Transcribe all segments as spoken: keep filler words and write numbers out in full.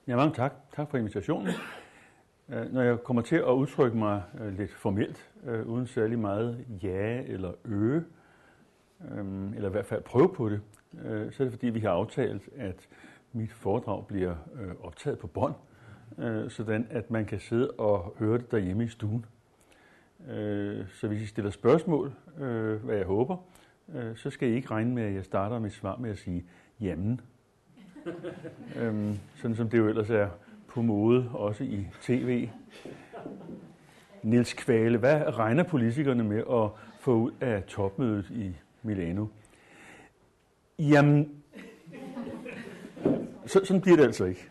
Ja, mange tak. Tak for invitationen. Når jeg kommer til at udtrykke mig lidt formelt, uden særlig meget ja eller ø, eller i hvert fald prøve på det, så er det fordi, vi har aftalt, at mit foredrag bliver optaget på bånd, sådan at man kan sidde og høre det derhjemme i stuen. Så hvis I stiller spørgsmål, hvad jeg håber, så skal I ikke regne med, at jeg starter mit svar med at sige jamen. Sådan som det jo ellers er på mode, også i tv. Niels Kvale, hvad regner politikerne med at få ud af topmødet i Milano? Jamen, så, sådan bliver det altså ikke.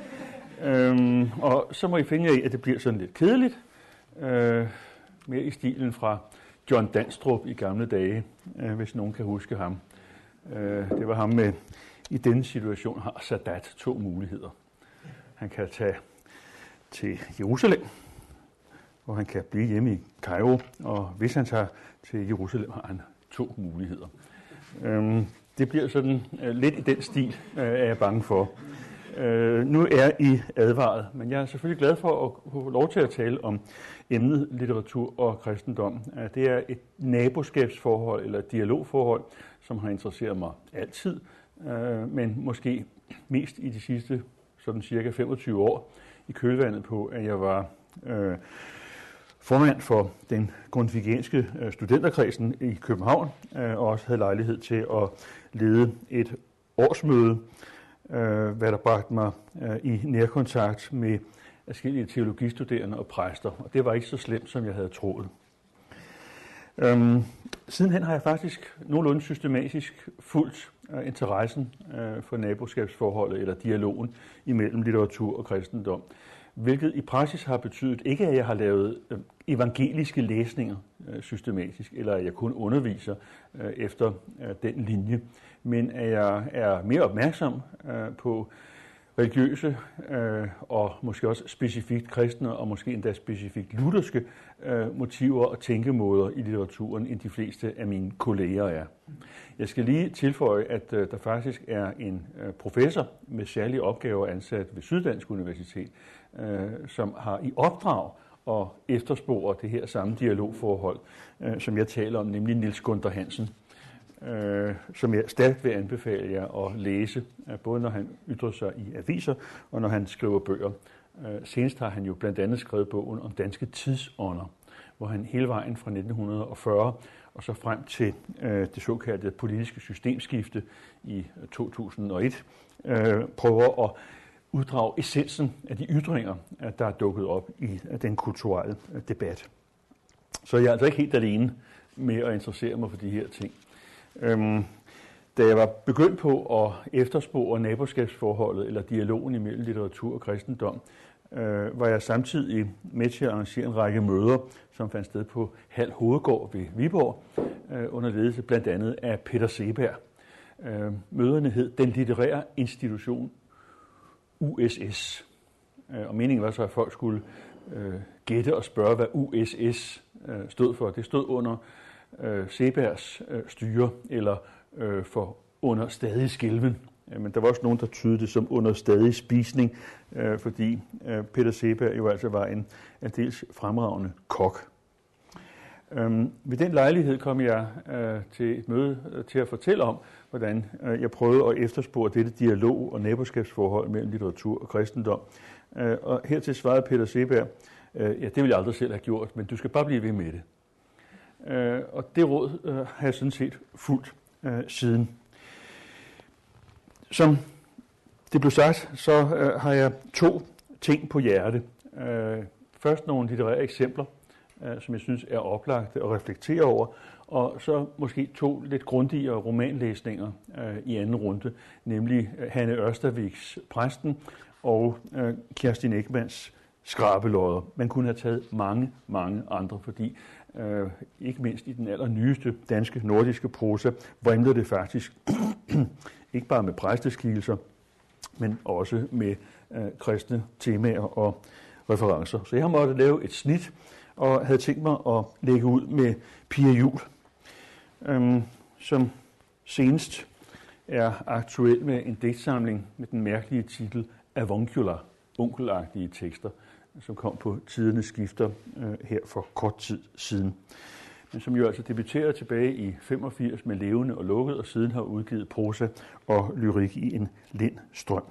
Øhm, og så må I finde jer i, at det bliver sådan lidt kedeligt. Øh, mere i stilen fra John Danstrup i gamle dage, øh, hvis nogen kan huske ham. Øh, det var ham med, i denne situation har Sadat to muligheder. Han kan tage til Jerusalem, og han kan blive hjemme i Kairo, og hvis han tager til Jerusalem, har han to muligheder. Øhm, det bliver sådan øh, lidt i den stil, øh, er jeg bange for. Øh, nu er I advaret, men jeg er selvfølgelig glad for at få lov til at tale om emnet litteratur og kristendom. Det er et naboskabsforhold eller et dialogforhold, som har interesseret mig altid, øh, men måske mest i de sidste sådan cirka femogtyve år i kølvandet på, at jeg var øh, formand for den grundtvigianske øh, studenterkredsen i København, øh, og også havde lejlighed til at lede et årsmøde, øh, hvad der bragte mig øh, i nærkontakt med forskellige teologistuderende og præster, og det var ikke så slemt, som jeg havde troet. Øhm, sidenhen har jeg faktisk nogenlunde systematisk fulgt øh, interessen øh, for naboskabsforholdet eller dialogen imellem litteratur og kristendom, hvilket i praksis har betydet ikke, at jeg har lavet øh, evangeliske læsninger øh, systematisk, eller at jeg kun underviser øh, efter øh, den linje, men at jeg er mere opmærksom øh, på religiøse øh, og måske også specifikt kristne og måske endda specifikt lutherske øh, motiver og tænkemåder i litteraturen, end de fleste af mine kolleger er. Jeg skal lige tilføje, at øh, der faktisk er en øh, professor med særlige opgaver ansat ved Syddansk Universitet, øh, som har i opdrag at efterspore det her samme dialogforhold, øh, som jeg taler om, nemlig Niels Gunther Hansen. Øh, som jeg stærkt vil anbefale jer at læse, både når han ytrer sig i aviser og når han skriver bøger. Øh, senest har han jo blandt andet skrevet bogen om danske tidsånder, hvor han hele vejen fra nitten fyrre og så frem til øh, det såkaldte politiske systemskifte i to tusind og et øh, prøver at uddrage essensen af de ytringer, der er dukket op i den kulturelle debat. Så jeg er altså ikke helt alene med at interessere mig for de her ting. Øhm, da jeg var begyndt på at efterspore naboskabsforholdet eller dialogen imellem litteratur og kristendom, øh, var jeg samtidig med til at arrangere en række møder, som fandt sted på Hald Hovedgård ved Viborg, øh, under ledelse blandt andet af Peter Seeberg. Øh, møderne hed Den Litterære Institution U S S, øh, og meningen var så, at folk skulle øh, gætte og spørge, hvad U S S øh, stod for. Det stod under Øh, Seebergs øh, styre, eller øh, for under stadig skælven. Ja, men der var også nogen, der tydede det som under stadig spisning, øh, fordi øh, Peter Seeberg jo altså var en aldeles fremragende kok. Øhm, ved den lejlighed kom jeg øh, til et møde øh, til at fortælle om, hvordan øh, jeg prøvede at efterspore dette dialog og naboskabsforhold mellem litteratur og kristendom. Øh, og hertil svarede Peter Seeberg, øh, ja, det ville jeg aldrig selv have gjort, men du skal bare blive ved med det. Uh, og det råd uh, har jeg sådan set fulgt uh, siden. Som det blev sagt, så uh, har jeg to ting på hjerte. Uh, først nogle litterære eksempler, uh, som jeg synes er oplagte at reflektere over, og så måske to lidt grundigere romanlæsninger uh, i anden runde, nemlig uh, Hanne Ørstaviks Præsten og uh, Kerstin Ekmans Skrabelodder. Man kunne have taget mange, mange andre, fordi øh, ikke mindst i den allernyeste danske nordiske prosa vrimler det faktisk ikke bare med præsteskikkelser, men også med øh, kristne temaer og referencer. Så jeg har måttet lave et snit, og havde tænkt mig at lægge ud med Pia Juul, øhm, som senest er aktuel med en digtsamling med den mærkelige titel avuncular, onkelagtige tekster, som kom på tidernes skifter øh, her for kort tid siden. Men som jo altså debuterede tilbage i femogfirs med Levende og Lukket, og siden har udgivet prosa og lyrik i en lind strøm.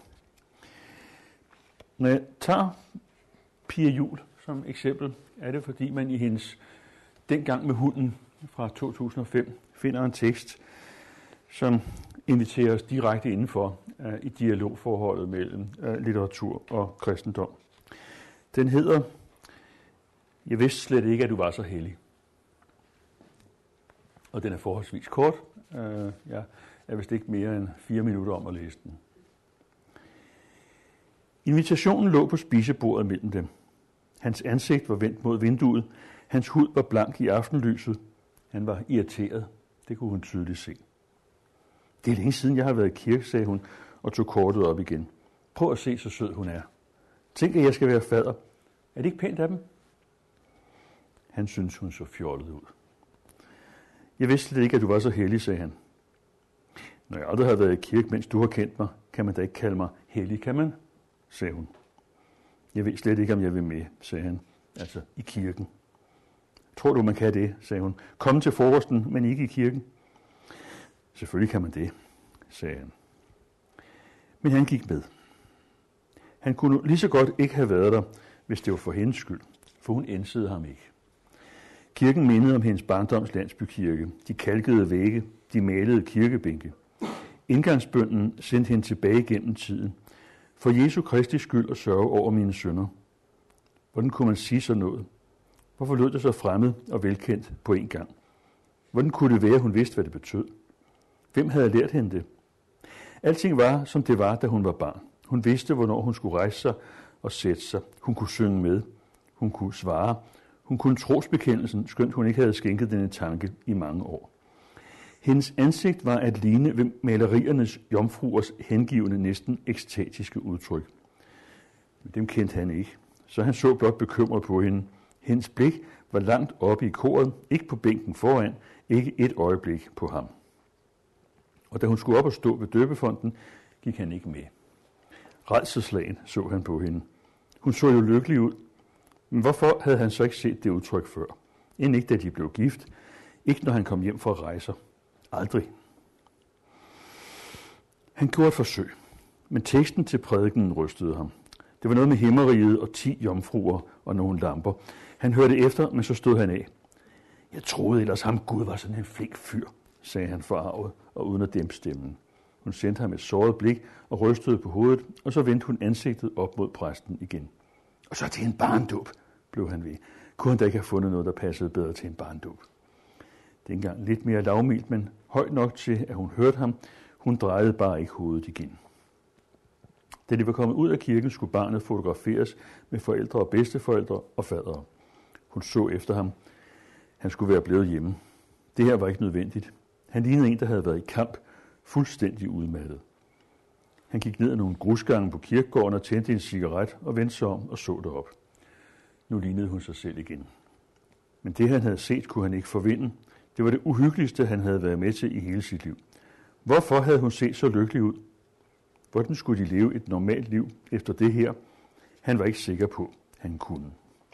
Når jeg tager Pia Juul som eksempel, er det fordi man i hendes Dengang med hunden fra to tusind og fem finder en tekst, som inviterer os direkte indenfor uh, i dialogforholdet mellem uh, litteratur og kristendom. Den hedder Jeg vidste slet ikke, at du var så hellig. Og den er forholdsvis kort. Uh, jeg er vist ikke mere end fire minutter om at læse den. Invitationen lå på spisebordet mellem dem. Hans ansigt var vendt mod vinduet. Hans hud var blank i aftenlyset. Han var irriteret. Det kunne hun tydeligt se. Det er længe siden, jeg har været i kirke, sagde hun, og tog kortet op igen. Prøv at se, så sød hun er. Tænk, at jeg skal være fader. Er det ikke pænt af dem? Han syntes, hun så fjollet ud. Jeg vidste slet ikke, at du var så hellig, sagde han. Når jeg aldrig har været i kirke, mens du har kendt mig, kan man da ikke kalde mig hellig, kan man? Sagde hun. Jeg ved slet ikke, om jeg vil med, sagde han. Altså i kirken. Tror du, man kan det, sagde hun. Kom til frokosten, men ikke i kirken. Selvfølgelig kan man det, sagde han. Men han gik med. Han kunne lige så godt ikke have været der, hvis det var for hendes skyld, for hun ænsede ham ikke. Kirken mindede om hendes barndoms landsbykirke, de kalkede vægge, de malede kirkebænke. Indgangsbønnen sendte hende tilbage gennem tiden. For Jesu Kristi skyld og sørge over mine synder. Hvordan kunne man sige sådan noget? Hvorfor lød det så fremmed og velkendt på en gang? Hvordan kunne det være, at hun vidste, hvad det betød? Hvem havde lært hende det? Alting var, som det var, da hun var barn. Hun vidste, hvornår hun skulle rejse sig og sætte sig. Hun kunne synge med. Hun kunne svare. Hun kunne trosbekendelsen, skønt hun ikke havde skænket denne tanke i mange år. Hendes ansigt var at ligne ved maleriernes jomfruers hengivende, næsten ekstatiske udtryk. Men dem kendte han ikke, så han så blot bekymret på hende. Hendes blik var langt oppe i koret, ikke på bænken foran, ikke et øjeblik på ham. Og da hun skulle op og stå ved døbefonten, gik han ikke med. Rædselsslagen så han på hende. Hun så jo lykkelig ud, men hvorfor havde han så ikke set det udtryk før? End ikke da de blev gift, ikke når han kom hjem fra rejser. Aldrig. Han gjorde et forsøg, men teksten til prædikenen rystede ham. Det var noget med himmeriget og ti jomfruer og nogle lamper. Han hørte efter, men så stod han af. Jeg troede ellers ham Gud var sådan en flink fyr, sagde han forarvet og uden at dæmpe stemmen. Hun sendte ham et såret blik og rystede på hovedet, og så vendte hun ansigtet op mod præsten igen. Og så til en barndåb, blev han ved. Kunne han da ikke have fundet noget, der passede bedre til en barndåb? Dengang lidt mere lavmildt, men højt nok til, at hun hørte ham. Hun drejede bare ikke hovedet igen. Da de var kommet ud af kirken, skulle barnet fotograferes med forældre og bedsteforældre og fadere. Hun så efter ham. Han skulle være blevet hjemme. Det her var ikke nødvendigt. Han lignede en, der havde været i kamp, fuldstændig udmattet. Han gik ned ad nogle grusgange på kirkegården og tændte en cigaret og vendte sig om og så derop. Nu lignede hun sig selv igen. Men det, han havde set, kunne han ikke forvinde. Det var det uhyggeligste, han havde været med til i hele sit liv. Hvorfor havde hun set så lykkelig ud? Hvordan skulle de leve et normalt liv efter det her? Han var ikke sikker på, han kunne.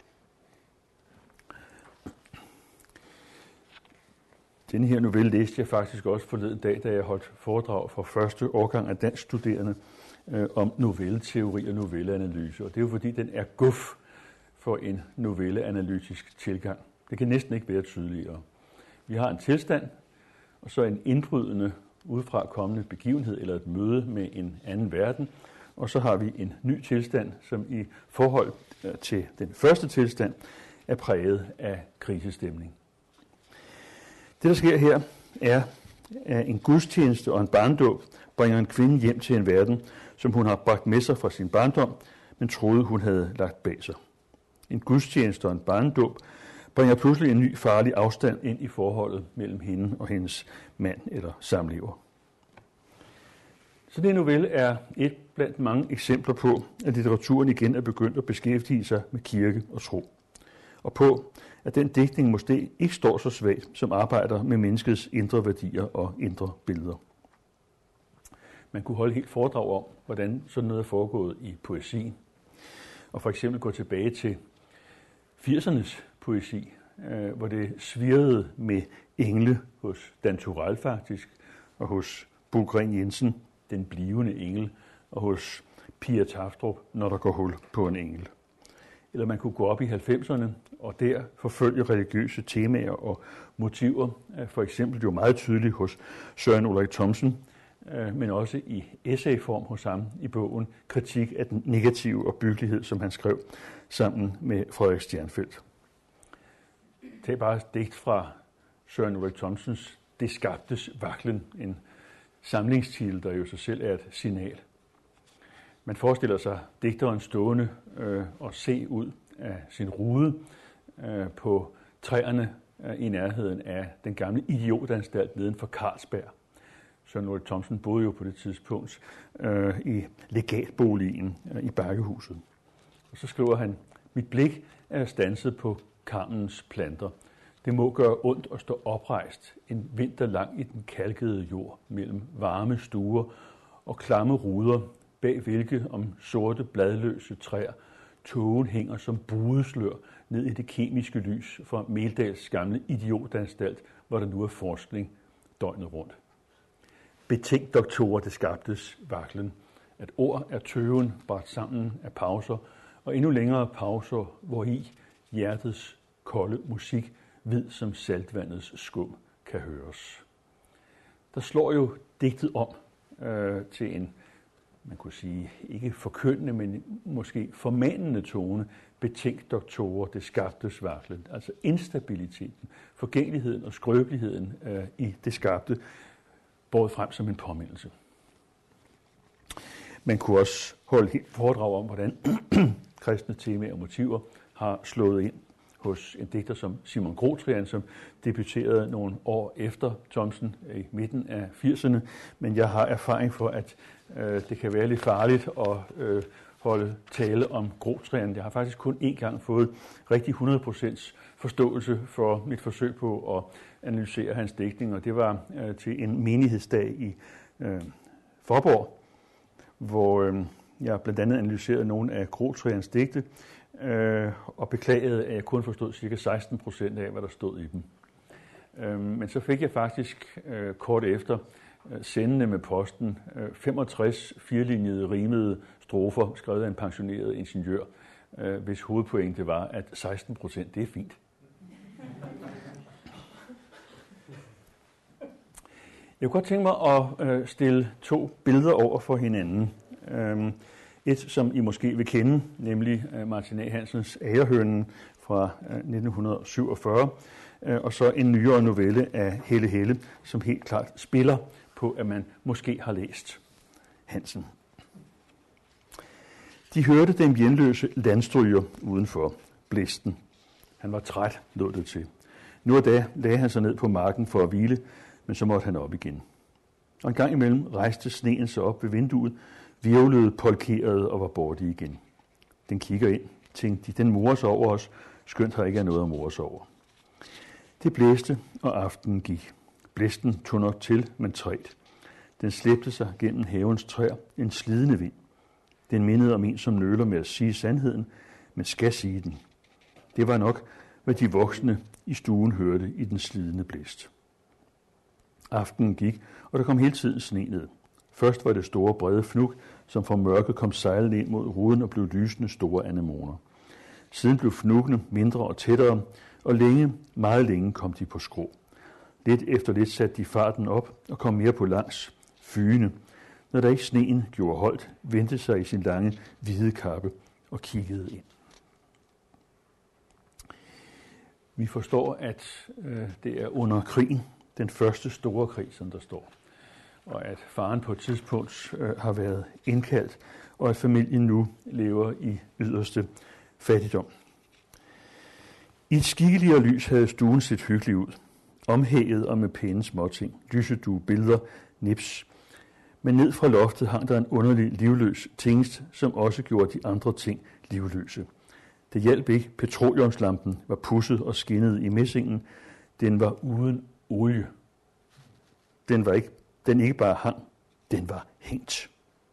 Denne her novelle læste jeg faktisk også forleden dag, da jeg holdt foredrag for første årgang af dansk studerende øh, om novelleteori og novelleanalyse. Og det er jo fordi, den er guf for en novelleanalytisk tilgang. Det kan næsten ikke være tydeligere. Vi har en tilstand, og så en indbrydende, udefra kommende begivenhed eller et møde med en anden verden. Og så har vi en ny tilstand, som i forhold til den første tilstand er præget af krisestemning. Det, der sker her, er, at en gudstjeneste og en barndåb bringer en kvinde hjem til en verden, som hun har bragt med sig fra sin barndom, men troede, hun havde lagt bag sig. En gudstjeneste og en barndåb bringer pludselig en ny farlig afstand ind i forholdet mellem hende og hendes mand eller samlever. Så den novelle er et blandt mange eksempler på, at litteraturen igen er begyndt at beskæftige sig med kirke og tro. Og på, at den digtning måske ikke står så svagt, som arbejder med menneskets indre værdier og indre billeder. Man kunne holde helt foredrag om, hvordan sådan noget er foregået i poesien. Og for eksempel gå tilbage til firsernes poesi, øh, hvor det svirrede med engle hos Dan Turèll faktisk, og hos Bulgren Jensen, den blivende engel, og hos Pia Tafdrup, når der går hul på en engel. Eller man kunne gå op i halvfemserne og der forfølge religiøse temaer og motiver, for eksempel jo meget tydeligt hos Søren Ulrik Thomsen, men også i essayform hos ham i bogen Kritik af den negative opbyggelighed, som han skrev sammen med Frederik Stjernfeldt. Tag bare et digt fra Søren Ulrik Thomsens Det skabtes vaklen, en samlingstitel, der jo sig selv er et signal. Man forestiller sig digteren stående øh, og se ud af sin rude øh, på træerne øh, i nærheden af den gamle idiotanstalt neden for Carlsberg. Søren Ulrik Thomsen boede jo på det tidspunkt øh, i legatboligen øh, i Bakkehuset. Og så skriver han, mit blik er standset på Carmens planter. Det må gøre ondt at stå oprejst en vinter lang i den kalkede jord mellem varme stuer og klamme ruder, bag hvilke om sorte bladløse træer tågen hænger som budeslør ned i det kemiske lys fra Meldals gamle idiotanstalt, hvor der nu er forskning døgnet rundt. Betænk doktorer, det skabtes vaklen, at ord er tøven bragt sammen af pauser, og endnu længere pauser, hvor i hjertets kolde musik, hvid som saltvandets skum, kan høres. Der slår jo digtet om øh, til en, man kunne sige, ikke forkyndende, men måske formanende tone. Betænk doktorer, det skabtes vaklen. Altså instabiliteten, forgængeligheden og skrøbeligheden øh, i det skabte, båret frem som en påmindelse. Man kunne også holde et foredrag om, hvordan kristne temaer og motiver har slået ind hos en digter som Simon Grotrian, som debuterede nogle år efter Thomsen i midten af firserne. Men jeg har erfaring for, at øh, det kan være lidt farligt at øh, holde tale om Grotrian. Jeg har faktisk kun én gang fået rigtig hundrede procent forståelse for mit forsøg på at analysere hans digtning, og det var øh, til en menighedsdag i øh, Forborg, hvor øh, jeg blandt andet analyserede nogle af Grotrians digte, øh, og beklagede, at jeg kun forstod cirka seksten procent af, hvad der stod i dem. Øh, men så fik jeg faktisk øh, kort efter øh, sendende med posten øh, femogtres firlinjede rimede strofer, skrevet af en pensioneret ingeniør, øh, hvis hovedpointe var, at seksten procent, det er fint. Jeg kunne godt tænke mig at øh, stille to billeder over for hinanden. Um, et, som I måske vil kende, nemlig uh, Martin A. Hansens Agerhønen fra uh, nitten syvogfyrre, uh, og så en nyere novelle af Helle Helle, som helt klart spiller på, at man måske har læst Hansen. De hørte den hjemløse landstryger udenfor, blæsten. Han var træt, lå det til. Nu og da lagde han sig ned på marken for at hvile, men så måtte han op igen. Og en gang imellem rejste sneen sig op ved vinduet, virvlede, polkerede og var borte igen. Den kigger ind, tænkte de, den morer sig over os, skønt her ikke er noget at more sig over. Det blæste, og aftenen gik. Blæsten tog nok til, men træt. Den slæbte sig gennem havens træer, en slidende vind. Den mindede om en, som nøler med at sige sandheden, men skal sige den. Det var nok, hvad de voksne i stuen hørte i den slidende blæst. Aftenen gik, og der kom hele tiden sne ned. Først var det store, brede fnug, som fra mørket kom sejlende ind mod ruden og blev lysende store anemoner. Siden blev fnuggene mindre og tættere, og længe, meget længe kom de på skrå. Lidt efter lidt satte de farten op og kom mere på langs, fygende. Når der ikke sneen gjorde holdt, vendte sig i sin lange, hvide kappe og kiggede ind. Vi forstår, at øh, det er under krigen, den første store krig, som der står, og at faren på et tidspunkt øh, har været indkaldt, og at familien nu lever i yderste fattigdom. I et skikkeligere lys havde stuen set hyggelig ud, omhæget og med pæne småting, lysedue, billeder, nips. Men ned fra loftet hang der en underlig livløs tingest, som også gjorde de andre ting livløse. Det hjalp ikke, petroleumslampen var pudset og skinnede i messingen. Den var uden olie. Den var ikke, den ikke bare hang, den var hængt.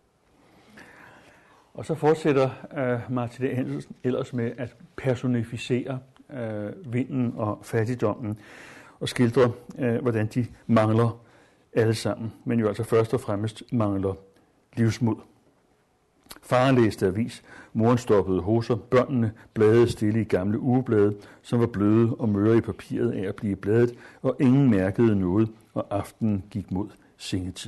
Og så fortsætter uh, Martin A. Hansen ellers med at personificere uh, vinden og fattigdommen, og skildre, uh, hvordan de mangler alle sammen, men jo altså først og fremmest mangler livsmod. Faren læste avis, moren stoppede hoser, børnene bladede stille i gamle ugeblade, som var bløde og møre i papiret af at blive bladet, og ingen mærkede noget, og aftenen gik mod sengetid.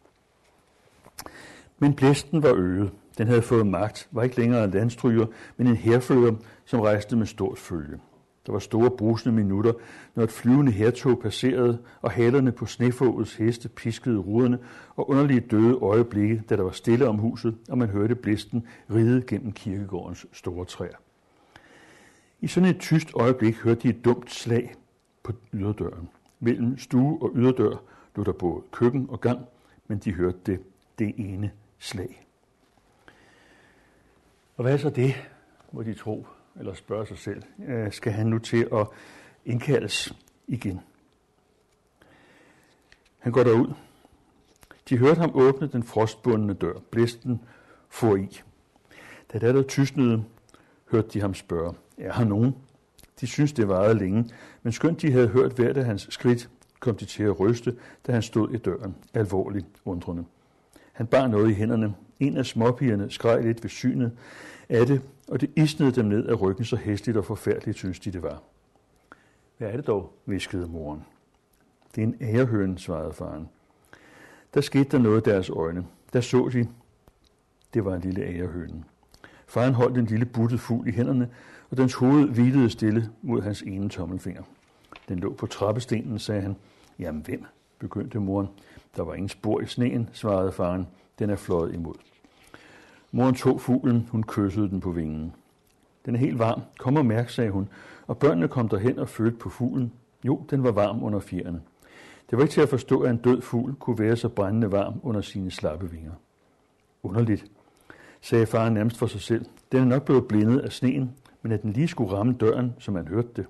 Men blæsten var øget. Den havde fået magt, var ikke længere en landstryger, men en hærfører, som rejste med stort følge. Der var store brusende minutter, når et flyvende hærtog passerede, og halerne på snefågets heste piskede ruderne, og underlige døde øjeblikke, da der var stille om huset, og man hørte blæsten ride gennem kirkegårdens store træer. I sådan et tyst øjeblik hørte de et dumt slag på yderdøren. Mellem stue og yderdør lå der både køkken og gang, men de hørte det, det ene slag. Og hvad er så det, må de tro, eller spørge sig selv, skal han nu til at indkaldes igen? Han går derud. De hørte ham åbne den frostbundne dør. Blæsten for i. Da der der tystnede, hørte de ham spørge, er her nogen? De syntes, det varede længe, men skønt de havde hørt hvert af hans skridt, kom de til at ryste, da han stod i døren, alvorligt undrende. Han bar noget i hænderne. En af småpigerne skreg lidt ved synet af det, og det isnede dem ned af ryggen, så hæsligt og forfærdeligt synes de det var. Hvad er det dog, hviskede moren. Det er en agerhøne, svarede faren. Der skete der noget i deres øjne. Der så de, det var en lille agerhøne. Faren holdt en lille buttet fugl i hænderne, og dens hoved hvilede stille mod hans ene tommelfinger. Den lå på trappestenen, sagde han. Jamen hvem? Begyndte moren. Der var ingen spor i sneen, svarede faren. Den er fløjet imod. Moren tog fuglen, hun kyssede den på vingen. Den er helt varm. Kom og mærk, sagde hun, og børnene kom derhen og følte på fuglen. Jo, den var varm under fjerne. Det var ikke til at forstå, at en død fugl kunne være så brændende varm under sine slappe vinger. Underligt, sagde faren nærmest for sig selv. Den er nok blevet blindet af sneen, men at den lige skulle ramme døren, som man hørte det.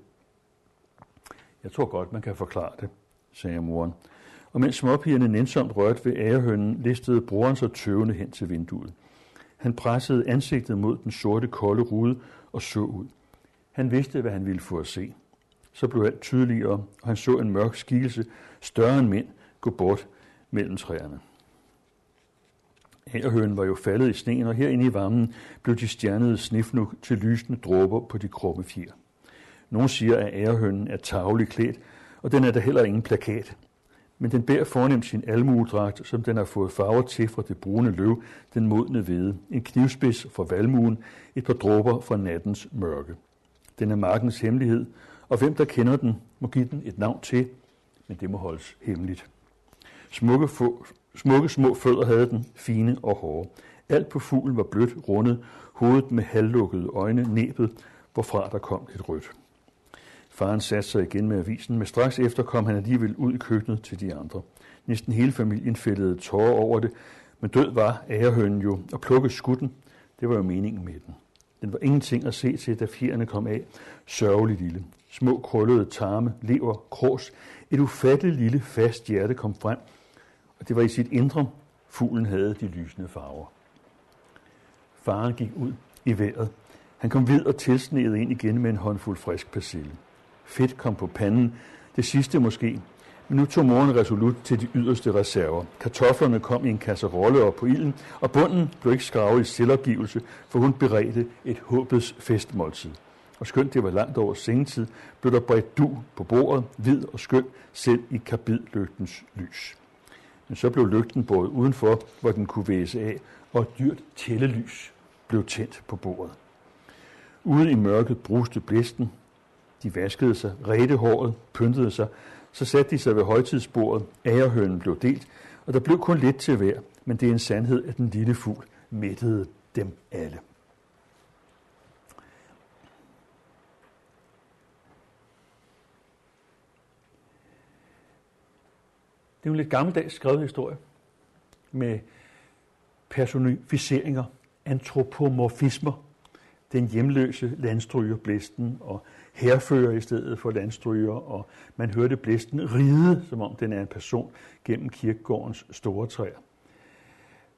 Jeg tror godt, man kan forklare det, sagde moren. Og mens småpigerne nænsomt rørte ved agerhønnen, listede broren sig tøvende hen til vinduet. Han pressede ansigtet mod den sorte, kolde rude og så ud. Han vidste, hvad han ville få at se. Så blev alt tydeligere, og han så en mørk skikkelse, større end mænd, gå bort mellem træerne. Agerhønen var jo faldet i sneen, og herinde i varmen blev de stjernede snifnuk til lysende dråber på de krumme fjer. Nogle siger, at agerhønen er tarveligt klædt, og den er der heller ingen plakat. Men den bærer fornemt sin almuedragt, som den har fået farver til fra det brune løv, den modne hvede, en knivspids fra valmuen, et par dråber fra nattens mørke. Den er markens hemmelighed, og hvem der kender den, må give den et navn til, men det må holdes hemmeligt. Smukke, få, smukke små fødder havde den, fine og hårde. Alt på fuglen var blødt, rundet, hovedet med halvlukkede øjne, næbet, hvorfra der kom et rødt. Faren satte sig igen med avisen, men straks efter kom han alligevel ud i køkkenet til de andre. Næsten hele familien fældede tårer over det, men død var agerhønen jo, og plukke skudden, det var jo meningen med den. Den var ingenting at se til, da fjerne kom af, sørgelig lille. Små krøllede tarme, lever, kros, et ufatteligt lille fast hjerte kom frem, og det var i sit indre, fuglen havde de lysende farver. Faren gik ud i vejret. Han kom vid og tilsnedet ind igen med en håndfuld frisk persille. Fedt kom på panden, det sidste måske, men nu tog moren resolut til de yderste reserver. Kartoflerne kom i en kasserolle op på ilden, og bunden blev ikke skravet i selvopgivelse, for hun beredte et håbets festmåltid. Og skønt det var langt over sengetid, blev der bredt du på bordet, hvid og skøn, selv i karbidlygtens lys. Men så blev lygten båret udenfor, hvor den kunne væse af, og et dyrt tællelys blev tændt på bordet. Ude i mørket bruste blæsten. De vaskede sig, redte håret, pyntede sig, så satte de sig ved højtidsbordet. Agerhønen blev delt, og der blev kun lidt til hver, men det er en sandhed, at den lille fugl mættede dem alle. Det er en lidt gammeldags skrevet historie med personificeringer, antropomorfismer, den hjemløse landstryger blæsten og hærfører i stedet for landstryger, og man hørte blæsten ride, som om den er en person, gennem kirkegårdens store træer.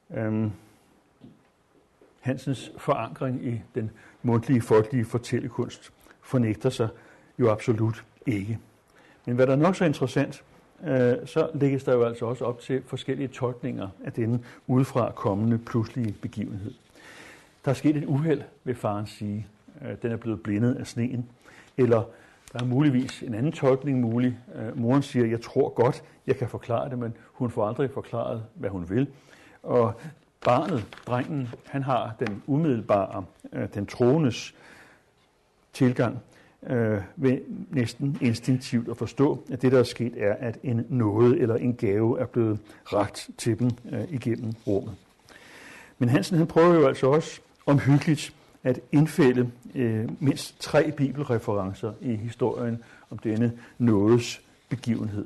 Øhm, Hansens forankring i den mundtlige, folkelige fortællekunst fornægter sig jo absolut ikke. Men hvad der er nok så interessant, øh, så lægges der jo altså også op til forskellige tolkninger af denne udefra kommende pludselige begivenhed. Der er sket et uheld, vil faren sige. Øh, den er blevet blindet af sneen. Eller der er muligvis en anden tolkning mulig. Øh, moren siger, jeg tror godt, jeg kan forklare det, men hun får aldrig forklaret, hvad hun vil. Og barnet, drengen, han har den umiddelbare, øh, den troendes tilgang øh, ved næsten instinktivt at forstå, at det, der er sket, er, at en nåde eller en gave er blevet rakt til dem øh, igennem rummet. Men Hansen, han prøver jo altså også omhyggeligt at indfælde øh, mindst tre bibelreferencer i historien om denne nådes begivenhed.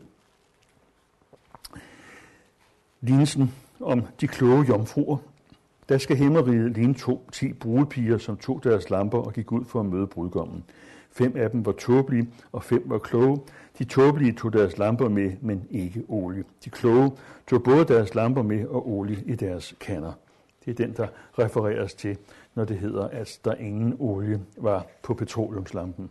Lignelsen om de kloge jomfruer. Der skal himmeriget ligne to ti brudepiger, som tog deres lamper og gik ud for at møde brudgommen. Fem af dem var tåbelige, og fem var kloge. De tåbelige tog deres lamper med, men ikke olie. De kloge tog både deres lamper med og olie i deres kander. Det er den, der refereres til, når det hedder, at der ingen olie var på petroleumslampen.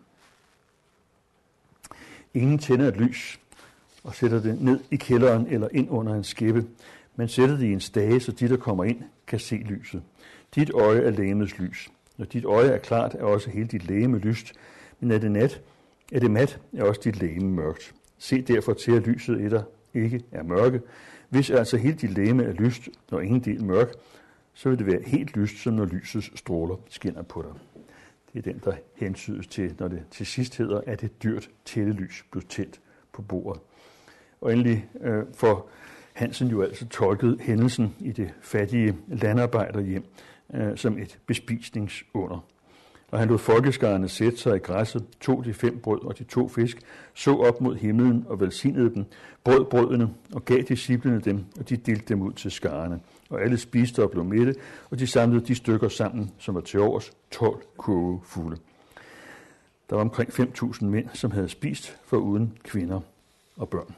Ingen tænder et lys og sætter det ned i kælderen eller ind under en skæppe. Man sætter det i en stage, så de, der kommer ind, kan se lyset. Dit øje er legemets lys. Når dit øje er klart, er også hele dit legeme lyst. Men er det nat, er det mat, er også dit legeme mørkt. Se derfor til, at lyset i dig ikke er mørke. Hvis altså hele dit legeme er lyst, og ingen del mørk, så vil det være helt lyst, som når lysets stråler skinner på dig. Det er den, der hensydes til, når det til sidst hedder, at et dyrt tællelys blev tændt på bordet. Og endelig øh, får Hansen jo altså tolket hændelsen i det fattige landarbejderhjem øh, som et bespisningsunder. Og han lod folkeskarerne sætte sig i græsset, tog de fem brød og de to fisk, så op mod himlen og velsignede dem, brød brødene og gav disciplene dem, og de delte dem ud til skarerne. Og alle spiste og blev mætte, og de samlede de stykker sammen, som var til overs, tolv kurve fulde. Der var omkring fem tusind mænd, som havde spist, foruden kvinder og børn.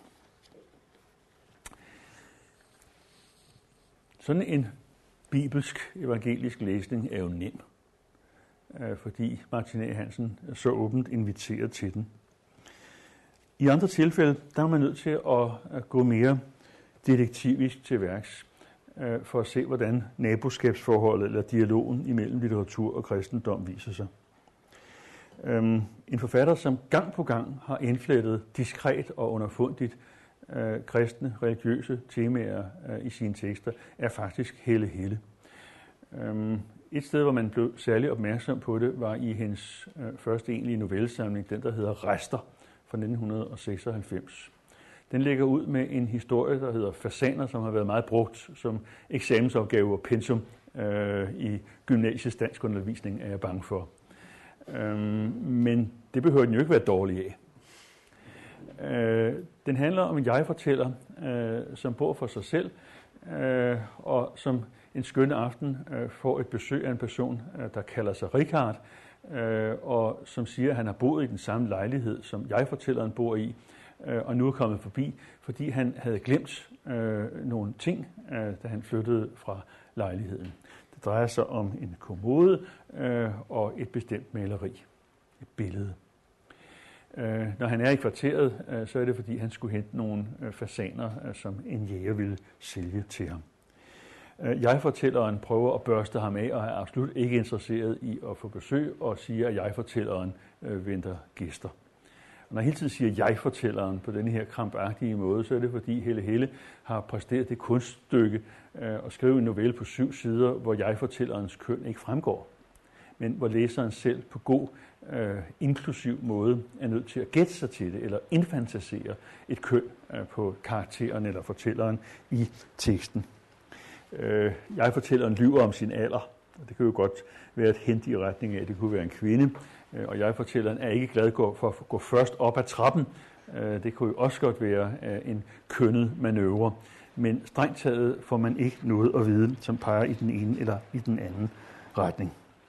Sådan en bibelsk evangelisk læsning er jo nem, fordi Martin A. Hansen så åbent inviterer til den. I andre tilfælde, der er man nødt til at gå mere detektivisk til værks, for at se, hvordan naboskabsforholdet eller dialogen imellem litteratur og kristendom viser sig. En forfatter, som gang på gang har indflettet diskret og underfundigt kristne, religiøse temaer i sine tekster, er faktisk Helle Helle. Et sted, hvor man blev særlig opmærksom på det, var i hendes første egentlige novellesamling, den der hedder Rester fra nitten seksoghalvfems. Den lægger ud med en historie, der hedder Fasaner, som har været meget brugt som eksamensopgave og pensum øh, i gymnasiets danskundervisning, er jeg bange for. Øhm, men det behøver den jo ikke være dårlig af. Øh, den handler om en jeg-fortæller, øh, som bor for sig selv, øh, og som en skøn aften øh, får et besøg af en person, øh, der kalder sig Richard, øh, og som siger, at han har boet i den samme lejlighed, som jeg-fortælleren bor i, og nu er kommet forbi, fordi han havde glemt øh, nogle ting, øh, da han flyttede fra lejligheden. Det drejer sig om en kommode øh, og et bestemt maleri, et billede. Øh, når han er i kvarteret, øh, så er det fordi, han skulle hente nogle øh, fasaner, øh, som en jæger ville sælge til ham. Øh, jeg-fortælleren prøver at børste ham af, og er absolut ikke interesseret i at få besøg, og siger, at jeg-fortælleren øh, venter gæster. Når jeg hele tiden siger jeg-fortælleren på denne her krampagtige måde, så er det fordi Helle Helle har præsteret det kunststykke øh, at skrive en novelle på syv sider, hvor jeg-fortællerens køn ikke fremgår, men hvor læseren selv på god, øh, inklusiv måde er nødt til at gætte sig til det, eller indfantasere et køn øh, på karakteren eller fortælleren i teksten. Øh, jeg-fortælleren lyver om sin alder, og det kan jo godt være et hint i retning af, at det kunne være en kvinde, og jeg-fortælleren er ikke glad for at gå først op ad trappen. Det kunne jo også godt være en kønnet manøvre. Men strengt taget får man ikke noget at vide, som peger i den ene eller i den anden retning.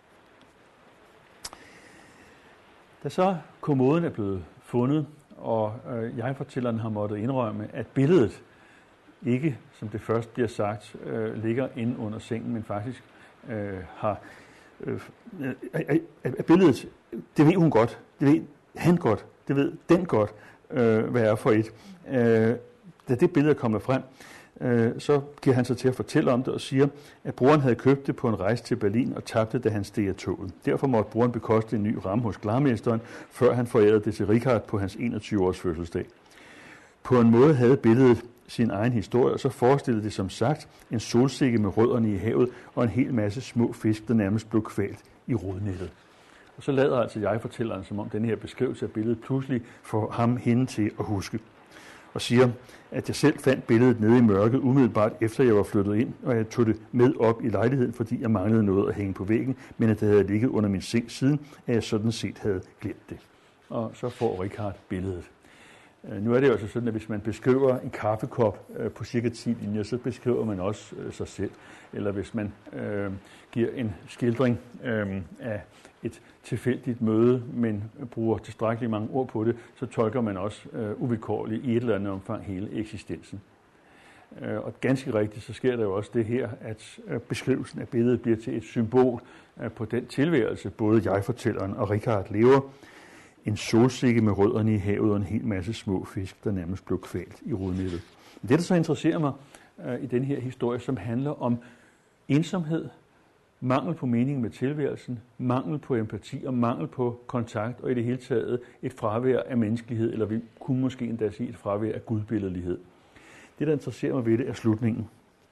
Da så kommoden er blevet fundet, og jeg-fortælleren har måttet indrømme, at billedet, ikke, som det først bliver sagt, øh, ligger inde under sengen, men faktisk øh, har øh, øh, øh, billedet, det ved hun godt, det ved han godt, det ved den godt, øh, hvad er for et. Øh, da det billede kommer frem, øh, så giver han sig til at fortælle om det og siger, at broren havde købt det på en rejse til Berlin og tabte, da han steg af toget. Derfor måtte broren bekoste en ny ramme hos glarmesteren, før han forærede det til Richard på hans enogtyve-års fødselsdag. På en måde havde billedet sin egen historie, og så forestillede det som sagt en solsikke med rødderne i havet og en hel masse små fisk, der nærmest blev kvalt i rodnettet. Og så lader altså jeg fortælleren, som om den her beskrivelse af billedet pludselig får ham hende til at huske. Og siger, at jeg selv fandt billedet nede i mørket umiddelbart efter jeg var flyttet ind, og jeg tog det med op i lejligheden, fordi jeg manglede noget at hænge på væggen, men at det havde ligget under min seng siden, at jeg sådan set havde glemt det. Og så får Richard billedet. Nu er det jo altså sådan, at hvis man beskriver en kaffekop på cirka ti linjer, så beskriver man også sig selv. Eller hvis man øh, giver en skildring øh, af et tilfældigt møde, men bruger tilstrækkeligt mange ord på det, så tolker man også øh, uvilkårligt i et eller andet omfang hele eksistensen. Øh, og ganske rigtigt, så sker der jo også det her, at øh, beskrivelsen af billedet bliver til et symbol øh, på den tilværelse, både jeg-fortælleren og Richard lever. En solsikke med rødderne i havet og en hel masse små fisk, der nærmest blev kvalt i rodnettet. Det, der så interesserer mig øh, i den her historie, som handler om ensomhed, mangel på mening med tilværelsen, mangel på empati og mangel på kontakt, og i det hele taget et fravær af menneskelighed, eller vi kunne måske endda sige et fravær af gudbilledlighed. Det, der interesserer mig ved det, er slutningen.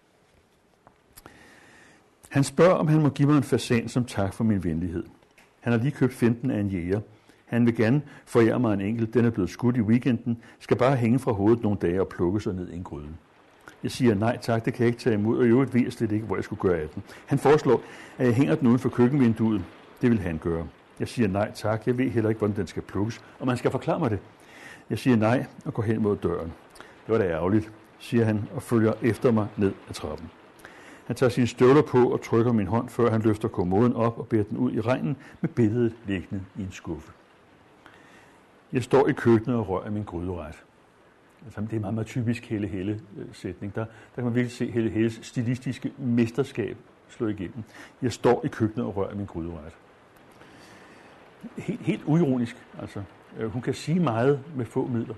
Han spørger, om han må give mig en fasan som tak for min venlighed. Han har lige købt femten af en jæger. Han vil gerne forære mig en enkelt. Den er blevet skudt i weekenden. Skal bare hænge fra hovedet nogle dage og plukke sig ned i en gryde. Jeg siger, nej tak, det kan jeg ikke tage imod, og i øvrigt ved jeg slet ikke, hvor jeg skulle gøre af den. Han foreslår, at jeg hænger den uden for køkkenvinduet. Det vil han gøre. Jeg siger, nej tak, jeg ved heller ikke, hvordan den skal plukkes, og man skal forklare mig det. Jeg siger nej og går hen mod døren. Det var da ærgerligt, siger han og følger efter mig ned ad trappen. Han tager sine støvler på og trykker min hånd, før han løfter kommoden op og bærer den ud i regnen med billedet liggende i en skuffe. Jeg står i køkkenet og rører min gryderet. Altså, det er en meget, meget typisk Helle Helle-sætning. Der, der kan man virkelig se Helle Helles stilistiske mesterskab slå igennem. Jeg står i køkkenet og rører min gryderet. Helt, helt uironisk. Altså, hun kan sige meget med få midler.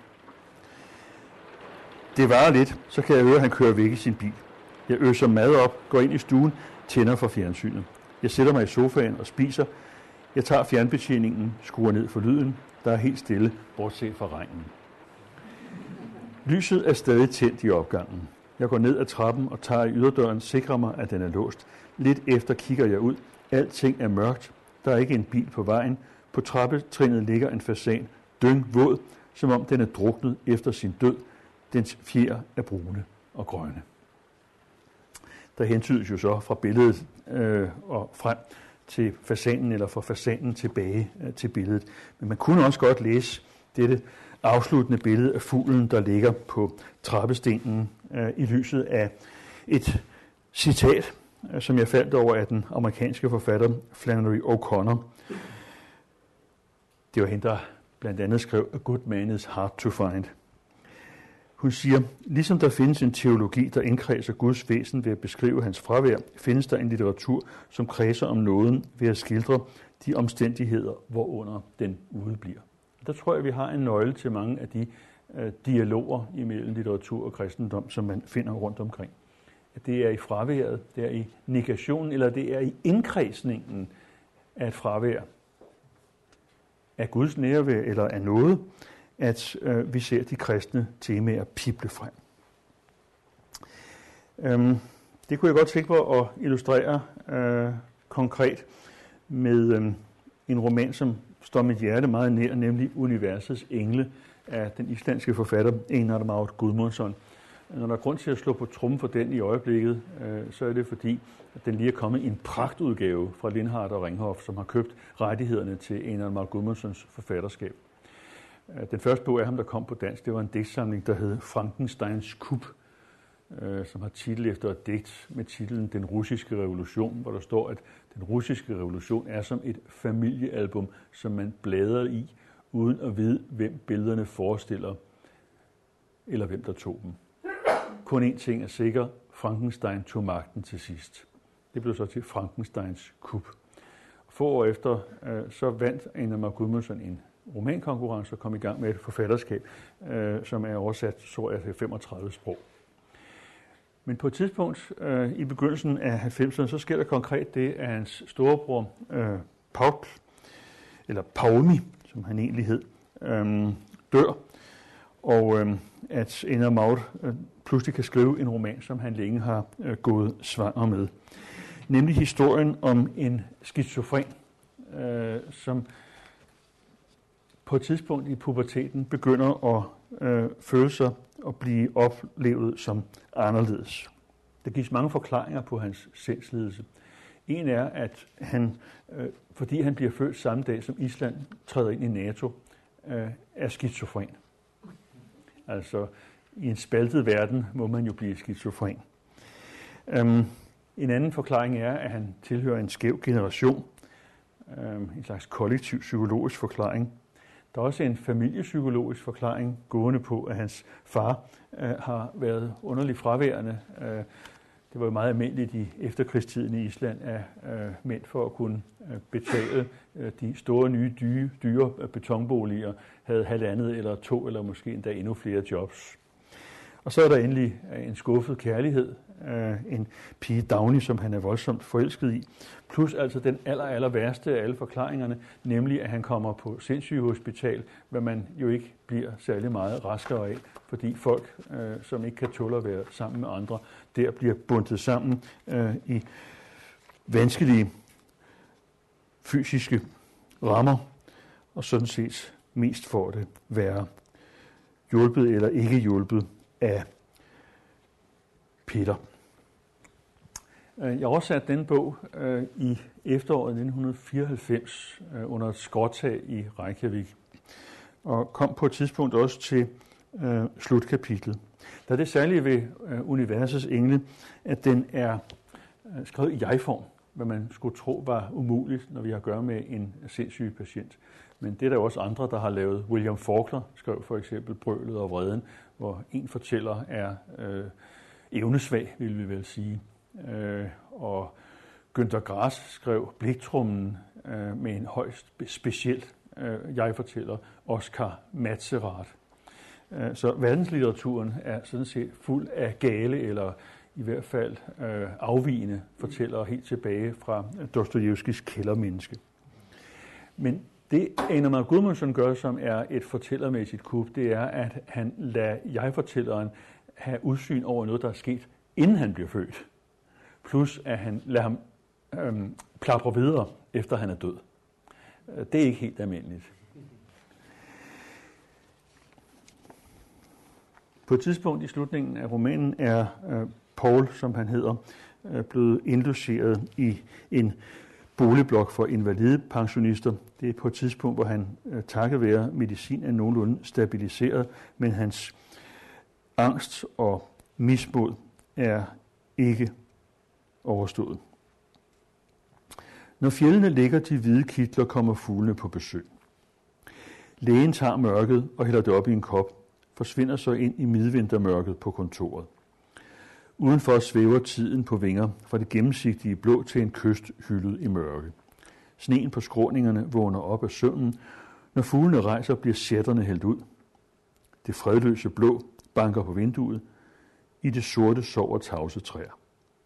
Det varer lidt, så kan jeg høre, at han kører væk i sin bil. Jeg øser mad op, går ind i stuen, tænder for fjernsynet. Jeg sætter mig i sofaen og spiser. Jeg tager fjernbetjeningen, skruer ned for lyden. Der er helt stille, bortset fra regnen. Lyset er stadig tændt i opgangen. Jeg går ned ad trappen og tager i yderdøren, sikrer mig, at den er låst. Lidt efter kigger jeg ud. Alting er mørkt. Der er ikke en bil på vejen. På trappetrinnet ligger en fasan, dyngvåd, som om den er druknet efter sin død. Dens fjer er brune og grønne. Der hentydes jo så fra billedet øh, og frem til fasanen, eller fra fasanen tilbage øh, til billedet. Men man kunne også godt læse dette afsluttende billede af fuglen, der ligger på trappestenen øh, i lyset af et citat, øh, som jeg faldt over af den amerikanske forfatter Flannery O'Connor. Det var hende, der blandt andet skrev A Good Man is Hard to Find. Hun siger, ligesom der findes en teologi, der indkredser Guds væsen ved at beskrive hans fravær, findes der en litteratur, som kredser om nåden ved at skildre de omstændigheder, hvorunder den udebliver. Der tror jeg, vi har en nøgle til mange af de øh, dialoger imellem litteratur og kristendom, som man finder rundt omkring. At det er i fraværet, det er i negationen, eller det er i indkredsningen af et fravær af Guds nærvær eller af noget, at øh, vi ser de kristne temaer pible frem. Øhm, det kunne jeg godt tænke mig at illustrere øh, konkret med øh, en roman, som står mit hjerte meget nær, nemlig Universets engle af den islandske forfatter Einar Már Guðmundsson. Når der er grund til at slå på trommen for den i øjeblikket, øh, så er det fordi, at den lige er kommet i en pragtudgave fra Lindhardt og Ringhof, som har købt rettighederne til Einar Már Guðmundssons forfatterskab. Den første bog af ham, der kom på dansk, det var en digtsamling, der hed Frankensteins Kup, øh, som har titel efter et digt med titlen Den russiske revolution, hvor der står, at den russiske revolution er som et familiealbum, som man bladrer i, uden at vide, hvem billederne forestiller, eller hvem der tog dem. kun én ting er sikker, Frankenstein tog magten til sidst. Det blev så til Frankensteins kup. Få år efter, øh, så vandt Einar Guðmundsson en romankonkurrence og kom i gang med et forfatterskab, øh, som er oversat så er til femogtredive sprog. Men på et tidspunkt øh, i begyndelsen af halvfemserne, så sker der konkret det, at hans storebror øh, Paul, eller Paulmi, som han egentlig hed, øh, dør, og øh, at Einar Már øh, pludselig kan skrive en roman, som han længe har øh, gået svanger med. Nemlig historien om en skizofren, øh, som på et tidspunkt i puberteten begynder at øh, føle sig og blive oplevet som anderledes. Der gives mange forklaringer på hans sindslidelse. En er, at han, øh, fordi han bliver født samme dag, som Island træder ind i NATO, øh, er skizofren. Altså, i en spaltet verden må man jo blive skizofren. Um, en anden forklaring er, at han tilhører en skæv generation. Um, en slags kollektiv psykologisk forklaring. Der er også en familiepsykologisk forklaring, gående på, at hans far uh, har været underligt fraværende. Uh, det var jo meget almindeligt i efterkrigstiden i Island, at uh, mænd for at kunne uh, betale uh, de store, nye, dyre, dyre betonboliger havde halvandet eller to, eller måske endda endnu flere jobs. Og så er der endelig en skuffet kærlighed, uh, en pige Dagny, som han er voldsomt forelsket i, plus altså den aller, aller værste af alle forklaringerne, nemlig at han kommer på sindssygehospital, hvad man jo ikke bliver særlig meget raskere af, fordi folk, uh, som ikke kan tåle at være sammen med andre, der bliver bundet sammen uh, i vanskelige fysiske rammer, og sådan set mest får det være hjulpet eller ikke hjulpet af Peter. Jeg oversatte denne bog øh, i efteråret nitten fireoghalvfems øh, under et skråtag i Reykjavik, og kom på et tidspunkt også til øh, slutkapitlet. Der er det særlige ved øh, Universets engle, at den er øh, skrevet i jeg-form, hvad man skulle tro var umuligt, når vi har at gøre med en sindssyg patient. Men det er der også andre, der har lavet. William Faulkner skrev for eksempel Brølet og vreden, hvor en fortæller er øh, evnesvag, vil vi vel sige. Øh, og Günter Grass skrev Bliktrummen øh, med en højst speciel øh, jeg-fortæller, Oscar Matzerath. Øh, så verdenslitteraturen er sådan set fuld af gale, eller i hvert fald øh, afvigende fortællere helt tilbage fra Dostojevskijs kældermenneske. Men det Einar Guðmundsson gør, som er et fortællermæssigt kup, det er, at han lader jeg-fortælleren have udsyn over noget, der er sket, inden han bliver født. Plus, at han lader ham øhm, plapre videre, efter han er død. Det er ikke helt almindeligt. På et tidspunkt i slutningen af romanen er øh, Paul, som han hedder, øh, blevet indlogeret i en boligblok for invalidepensionister. Det er på et tidspunkt, hvor han øh, takket være medicin er nogenlunde stabiliseret, men hans angst og mismod er ikke overstået. Når fjellene ligger de hvide kitler, kommer fuglene på besøg. Lægen tager mørket og hælder det op i en kop, forsvinder så ind i midvintermørket på kontoret. Udenfor svæver tiden på vinger fra det gennemsigtige blå til en kyst hyldet i mørke. Sneen på skråningerne vågner op af søvnen. Når fuglene rejser, bliver sjætterne hældt ud. Det fredløse blå banker på vinduet. I det sorte sover tavse træer.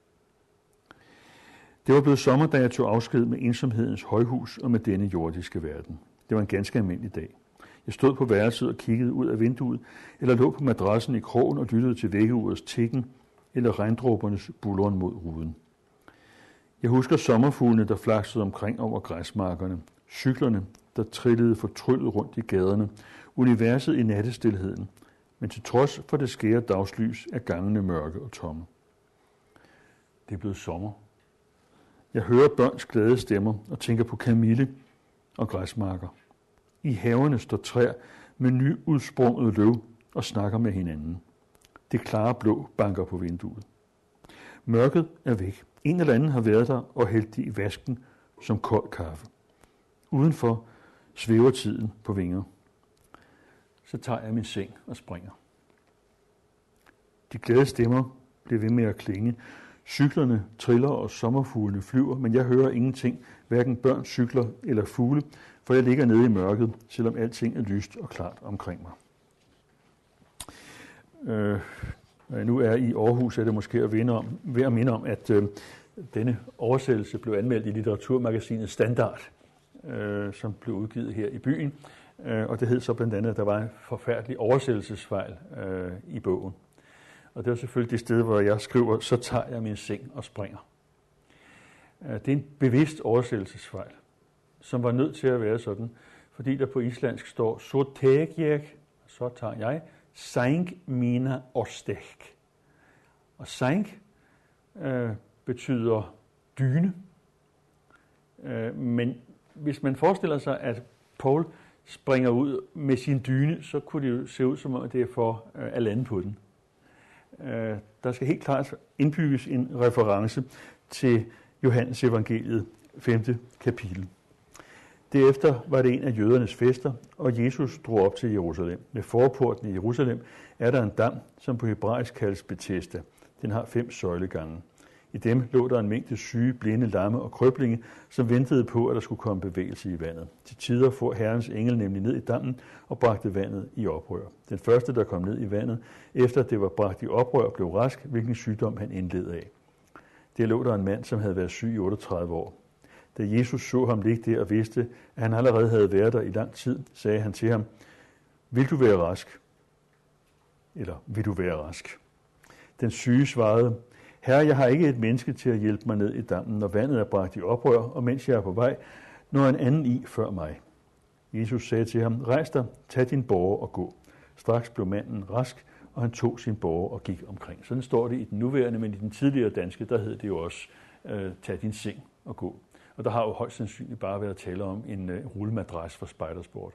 Det var blevet sommer, da jeg tog afsked med ensomhedens højhus og med denne jordiske verden. Det var en ganske almindelig dag. Jeg stod på værelset og kiggede ud af vinduet, eller lå på madrassen i krogen og lyttede til vækkeurets tikken, eller regndråbernes buldren mod ruden. Jeg husker sommerfuglene, der flaksede omkring over græsmarkerne, cyklerne, der trillede fortryllet rundt i gaderne, universet i nattestilheden, men til trods for det skære dagslys er gangene mørke og tomme. Det er blevet sommer. Jeg hører børns glade stemmer og tænker på Camille og græsmarker. I haverne står træer med nyudsprunget løv og snakker med hinanden. Det klare blå banker på vinduet. Mørket er væk. En eller anden har været der og hældt det i vasken som kold kaffe. Udenfor svæver tiden på vinger. Så tager jeg min seng og springer. De glade stemmer bliver ved med at klinge. Cyklerne triller, og sommerfuglene flyver, men jeg hører ingenting, hverken børn, cykler eller fugle, for jeg ligger nede i mørket, selvom alting er lyst og klart omkring mig. Øh, når jeg nu er i Aarhus, er det måske at vinde om, ved at minde om, at øh, denne oversættelse blev anmeldt i litteraturmagasinet Standard, øh, som blev udgivet her i byen, øh, og det hed så blandt andet, at der var en forfærdelig oversættelsesfejl øh, i bogen. Og det er selvfølgelig det sted, hvor jeg skriver, så tager jeg min seng og springer. Det er en bevidst oversættelsesfejl, som var nødt til at være sådan, fordi der på islandsk står, så teg jeg, så tager jeg, sæng mina ostek. Og sæng øh, betyder dyne. Øh, men hvis man forestiller sig, at Paul springer ud med sin dyne, så kunne det jo se ud som om, det er for øh, at lande på den. Øh, der skal helt klart indbygges en reference til Johannes evangeliet, femte kapitel. Derefter var det en af jødernes fester, og Jesus drog op til Jerusalem. Ved forporten i Jerusalem er der en dam, som på hebraisk kaldes Betesda. Den har fem søjlegange. I dem lå der en mængde syge, blinde, lamme og krøblinge, som ventede på, at der skulle komme bevægelse i vandet. Til tider for Herrens engel nemlig ned i dammen og bragte vandet i oprør. Den første, der kom ned i vandet, efter det var bragt i oprør, blev rask, hvilken sygdom han indled af. Der lå der en mand, som havde været syg i otteogtredive år. Da Jesus så ham ligge der og vidste, at han allerede havde været der i lang tid, sagde han til ham, vil du være rask? Eller vil du være rask? Den syge svarede, Herre, jeg har ikke et menneske til at hjælpe mig ned i dammen, når vandet er bragt i oprør, og mens jeg er på vej, når en anden i før mig. Jesus sagde til ham, rejs dig, tag din båre og gå. Straks blev manden rask, og han tog sin båre og gik omkring. Sådan står det i den nuværende, men i den tidligere danske, der hed det jo også, øh, tag din seng og gå. Og der har jo højst sandsynligt bare været tale om en øh, rullemadras for spejdersport.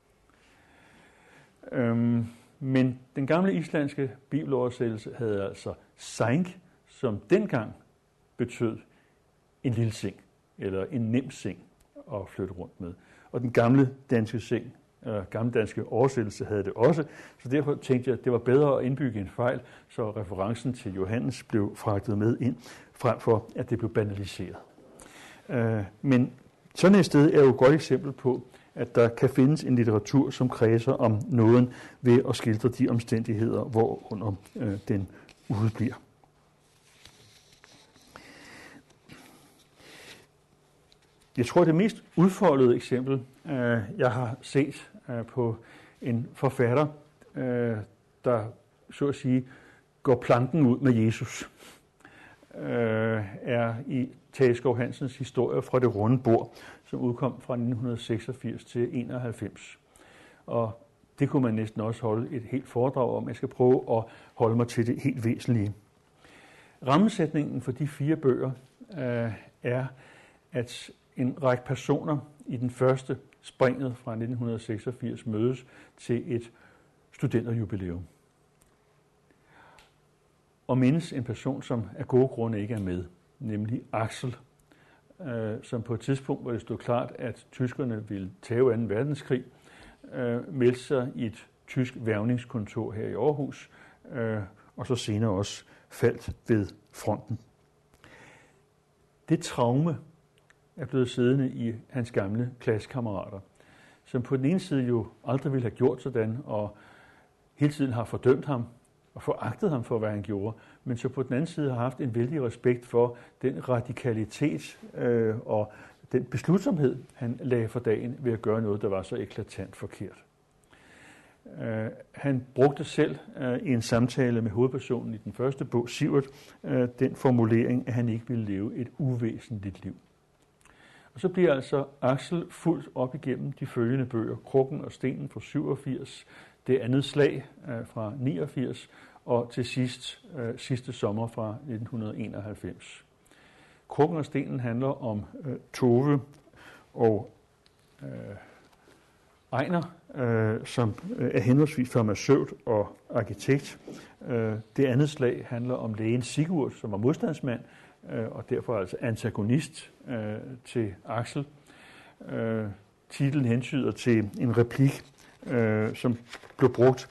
Øhm, men den gamle islandske bibeloversættelse havde altså sæng, som dengang betød en lille seng, eller en nem seng at flytte rundt med. Og den gamle danske seng, øh, gamle danske oversættelse havde det også, så derfor tænkte jeg, at det var bedre at indbygge en fejl, så referencen til Johannes blev fragtet med ind, frem for at det blev banaliseret. Øh, men sådan et sted er jo et godt eksempel på, at der kan findes en litteratur, som kredser om nåden ved at skildre de omstændigheder, hvorunder øh, den udebliver. Jeg tror, det mest udfoldede eksempel, øh, jeg har set øh, på en forfatter, øh, der så at sige går planken ud med Jesus, øh, er i Tage Skov Hansens historie fra det runde bord, som udkom fra nitten seksogfirs til enoghalvfems. Og det kunne man næsten også holde et helt foredrag om. Jeg skal prøve at holde mig til det helt væsentlige. Rammesætningen for de fire bøger øh, er, at en række personer i den første springet fra nitten seksogfirs mødes til et studenterjubilæum. Og mindes en person, som af gode grunde ikke er med, nemlig Axel, øh, som på et tidspunkt, hvor det stod klart, at tyskerne ville tage anden verdenskrig, øh, meldte sig i et tysk værvningskontor her i Aarhus, øh, og så senere også faldt ved fronten. Det traume er blevet siddende i hans gamle klassekammerater, som på den ene side jo aldrig ville have gjort sådan, og hele tiden har fordømt ham og foragtet ham for, hvad han gjorde, men så på den anden side har haft en vældig respekt for den radikalitet øh, og den beslutsomhed, han lagde for dagen ved at gøre noget, der var så eklatant forkert. Uh, han brugte selv uh, i en samtale med hovedpersonen i den første bog, Sivert, uh, den formulering, at han ikke ville leve et uvæsentligt liv. Og så bliver altså Axel fuldt op igennem de følgende bøger, Krukken og Stenen fra syvogfirs, Det andet slag uh, fra niogfirs, og til sidst uh, sidste sommer fra nitten enoghalvfems. Krukken og Stenen handler om uh, Tove og uh, Ejner, øh, som er henholdsvis farmaceut og arkitekt. Øh, det andet slag handler om lægen Sigurd, som var modstandsmand, øh, og derfor altså antagonist øh, til Axel. Øh, titlen hentyder til en replik, øh, som blev brugt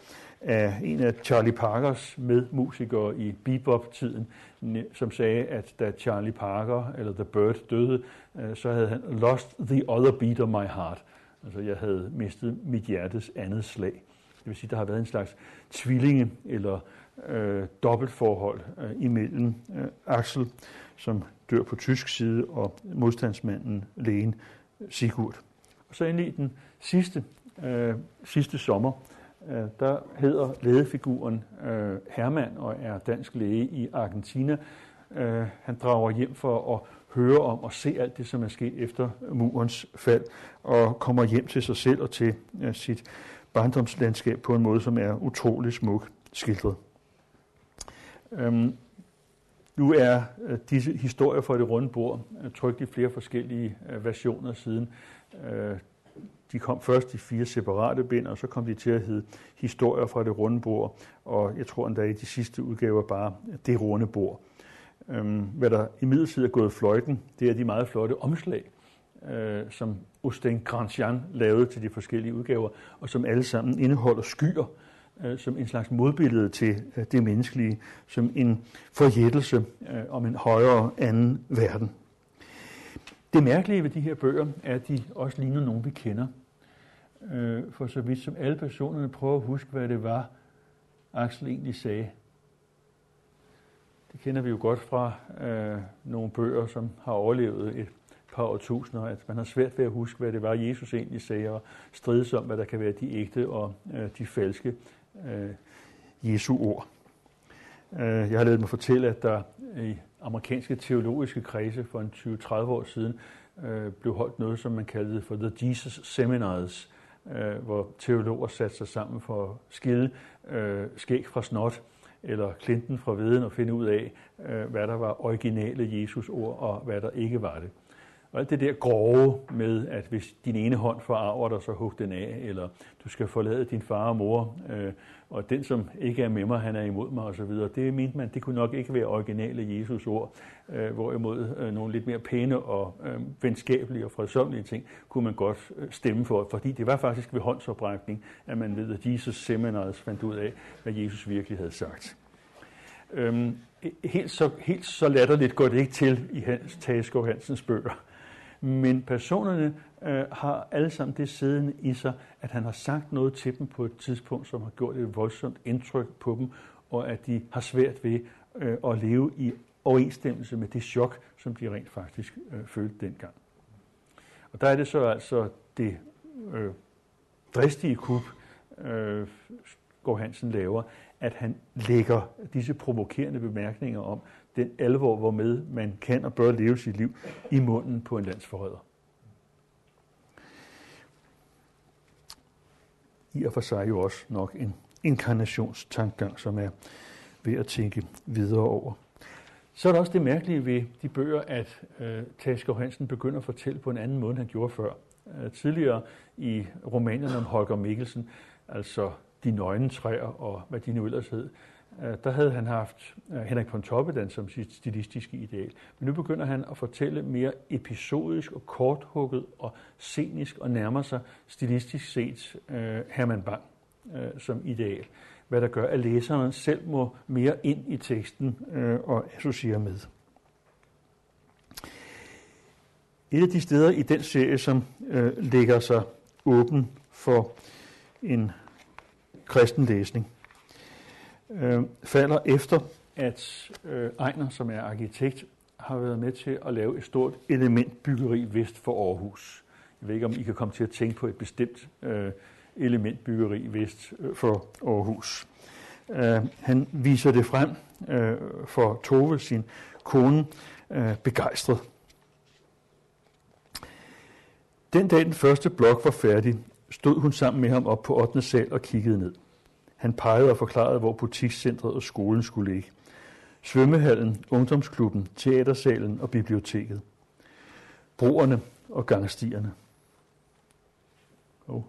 af en af Charlie Parkers medmusikere i bebop-tiden, som sagde, at da Charlie Parker, eller The Bird, døde, så havde han lost the other beat of my heart. Altså, jeg havde mistet mit hjertes andet slag. Det vil sige, der har været en slags tvillinge- eller øh, dobbeltforhold øh, imellem øh, Axel, som dør på tysk side, og modstandsmanden, lægen Sigurd. Og så endelig den sidste, øh, sidste sommer, øh, der hedder lægefiguren øh, Hermann og er dansk læge i Argentina. Øh, han drager hjem for at høre om og se alt det, som er sket efter murens fald, og kommer hjem til sig selv og til øh, sit barndomslandskab på en måde, som er utrolig smuk skildret. Øhm, nu er øh, disse historier fra det runde bord øh, trykt i flere forskellige øh, versioner siden. Øh, de kom først i fire separate bind, og så kom de til at hedde Historier fra det runde bord, og jeg tror endda i de sidste udgaver bare Det runde bord. Øhm, hvad der imidlertid er gået fløjten, det er de meget flotte omslag, øh, som Austin Grandjean lavede til de forskellige udgaver, og som alle sammen indeholder skyer, øh, som en slags modbillede til øh, det menneskelige, som en forjættelse øh, om en højere anden verden. Det mærkelige ved de her bøger er, at de også ligner nogen, vi kender. Øh, for så vidt som alle personerne prøver at huske, hvad det var, Axel egentlig sagde. Det kender vi jo godt fra øh, nogle bøger, som har overlevet et par årtusinder, at man har svært ved at huske, hvad det var, Jesus egentlig sagde, og strides om, hvad der kan være de ægte og øh, de falske øh, Jesu ord. Øh, jeg har ladet mig fortælle, at der i amerikanske teologiske kredse for en tyve til tredive år siden øh, blev holdt noget, som man kaldte for The Jesus Seminars, øh, hvor teologer satte sig sammen for at skille øh, skæg fra snot, eller klinten fra veden, og finde ud af, øh, hvad der var originale Jesus ord, og hvad der ikke var det. Og alt det der grove med, at hvis din ene hånd forarver dig, så hug den af, eller du skal forlade din far og mor, øh, og den, som ikke er med mig, han er imod mig, osv. Det mente man, det kunne nok ikke være originale Jesus ord, øh, hvorimod øh, nogle lidt mere pæne og øh, venskabelige og fredsommelige ting, kunne man godt øh, stemme for, fordi det var faktisk ved håndsoprækning, at man ved, at Jesus Seminars fandt ud af, hvad Jesus virkelig havde sagt. Øhm, helt, så, helt så latterligt går det ikke til i Hans Tageskov Hansens bøger. Men personerne øh, har alle sammen det siddende i sig, at han har sagt noget til dem på et tidspunkt, som har gjort et voldsomt indtryk på dem, og at de har svært ved øh, at leve i overensstemmelse med det chok, som de rent faktisk øh, følte dengang. Og der er det så altså det øh, dristige kup, øh, Skov Hansen laver, at han lægger disse provokerende bemærkninger om den alvor, hvormed man kan og bør leve sit liv, i munden på en landsforræder. I og for sig jo også nok en inkarnationstankegang, som er ved at tænke videre over. Så er der også det mærkelige ved de bøger, at øh, Tageskov Hansen begynder at fortælle på en anden måde, end han gjorde før. Øh, tidligere i romanerne om Holger Mikkelsen, altså De nøgne træer og hvad de nu ellers hed, der havde han haft Henrik Pontoppidan som sit stilistiske ideal. Men nu begynder han at fortælle mere episodisk og korthugget og scenisk og nærmer sig stilistisk set Herman Bang som ideal. Hvad der gør, at læseren selv må mere ind i teksten og associere med. Et af de steder i den serie, som lægger sig åben for en kristen læsning, øh, falder efter, at øh, Ejner, som er arkitekt, har været med til at lave et stort elementbyggeri vest for Aarhus. Jeg ved ikke, om I kan komme til at tænke på et bestemt øh, elementbyggeri vest øh, for Aarhus. Øh, han viser det frem øh, for Tove, sin kone, øh, begejstret. Den dag den første blok var færdig, stod hun sammen med ham op på ottende sal og kiggede ned. Han pegede og forklarede, hvor butikscentret og skolen skulle ligge. Svømmehallen, ungdomsklubben, teatersalen og biblioteket. Broerne og gangstierne. Oh.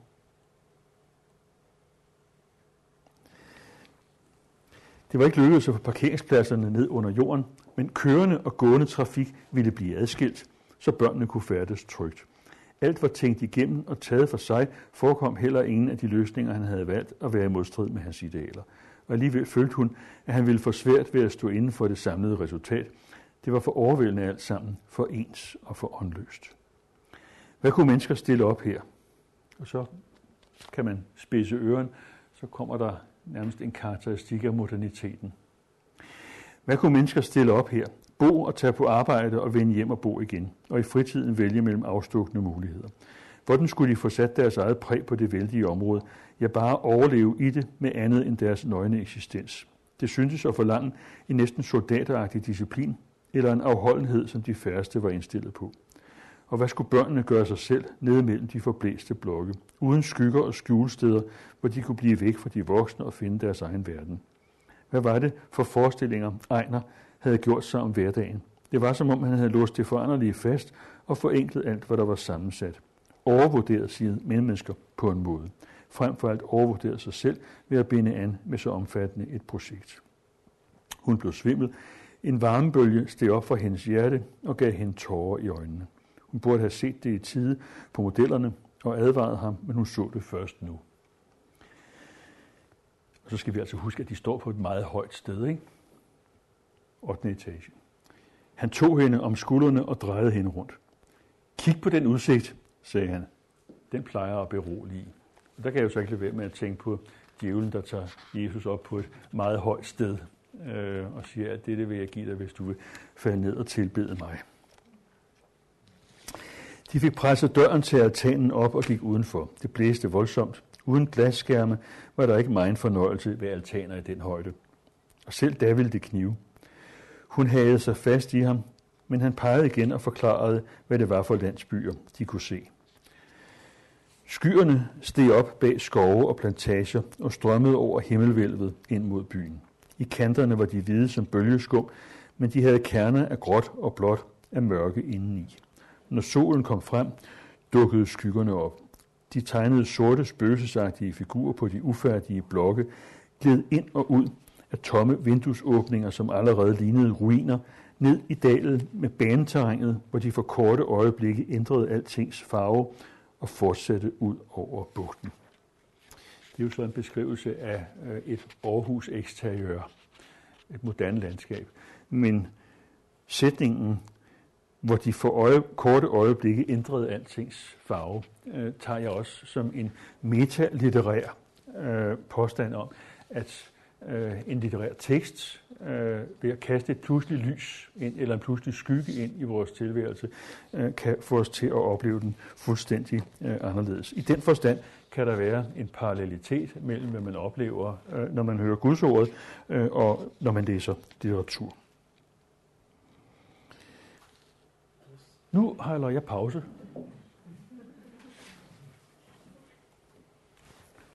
Det var ikke lykkedes at få parkeringspladserne ned under jorden, men kørende og gående trafik ville blive adskilt, så børnene kunne færdes trygt. Alt var tænkt igennem og taget for sig, forekom heller ingen af de løsninger, han havde valgt at være i modstrid med hans idealer. Og alligevel følte hun, at han ville få svært ved at stå inden for det samlede resultat. Det var for overvældende alt sammen, for ens og for åndløst. Hvad kunne mennesker stille op her? Og så kan man spidse øren, så kommer der nærmest en karakteristik af moderniteten. Hvad kunne mennesker stille op her? Bo og tage på arbejde og vende hjem og bo igen, og i fritiden vælge mellem afstukne muligheder. Hvordan skulle de få sat deres eget præg på det vældige område? Ja, bare overleve i det med andet end deres nøgne eksistens. Det syntes at forlange en næsten soldateragtig disciplin, eller en afholdenhed, som de færreste var indstillet på. Og hvad skulle børnene gøre sig selv nede mellem de forblæste blokke, uden skygger og skjulesteder, hvor de kunne blive væk fra de voksne og finde deres egen verden? Hvad var det for forestillinger, Ejner havde gjort sig om hverdagen? Det var som om han havde låst det foranderlige fast og forenklet alt, hvad der var sammensat. Overvurderet sine medmennesker på en måde. Frem for alt overvurderet sig selv ved at binde an med så omfattende et projekt. Hun blev svimmel. En varmebølge steg op fra hendes hjerte og gav hende tårer i øjnene. Hun burde have set det i tide på modellerne og advaret ham, men hun så det først nu. Og så skal vi altså huske, at de står på et meget højt sted, ikke? ottende etage. Han tog hende om skuldrene og drejede hende rundt. Kig på den udsigt, sagde han. Den plejer at berolige. Og der kan jeg jo så ikke lade være med at tænke på djævlen, der tager Jesus op på et meget højt sted øh, og siger, at dette vil jeg give dig, hvis du vil falde ned og tilbede mig. De fik presset døren til altanen op og gik udenfor. Det blæste voldsomt. Uden glasskærme var der ikke megen fornøjelse ved altaner i den højde. Og selv da ville det knive. Hun hagede sig fast i ham, men han pegede igen og forklarede, hvad det var for landsbyer, de kunne se. Skyerne steg op bag skove og plantager og strømmede over himmelvælvet ind mod byen. I kanterne var de hvide som bølgeskum, men de havde kerner af gråt og blåt af mørke indeni. Når solen kom frem, dukkede skyggerne op. De tegnede sorte, spøgelsesagtige figurer på de ufærdige blokke, gled ind og ud af tomme vinduesåbninger, som allerede lignede ruiner, ned i dalen med baneterrænet, hvor de for korte øjeblikke ændrede altings farve og fortsatte ud over bugten. Det er jo så en beskrivelse af et Aarhus eksteriør, et moderne landskab. Men sætningen, hvor de for øje, korte øjeblikke ændrede altings farve, øh, tager jeg også som en metalitterær øh, påstand om, at øh, en litterær tekst øh, ved at kaste et pludseligt lys ind, eller en pludselig skygge ind i vores tilværelse, øh, kan få os til at opleve den fuldstændig øh, anderledes. I den forstand kan der være en parallelitet mellem, hvad man oplever, øh, når man hører Gudsordet, øh, og når man læser litteratur. Nu holder jeg pause.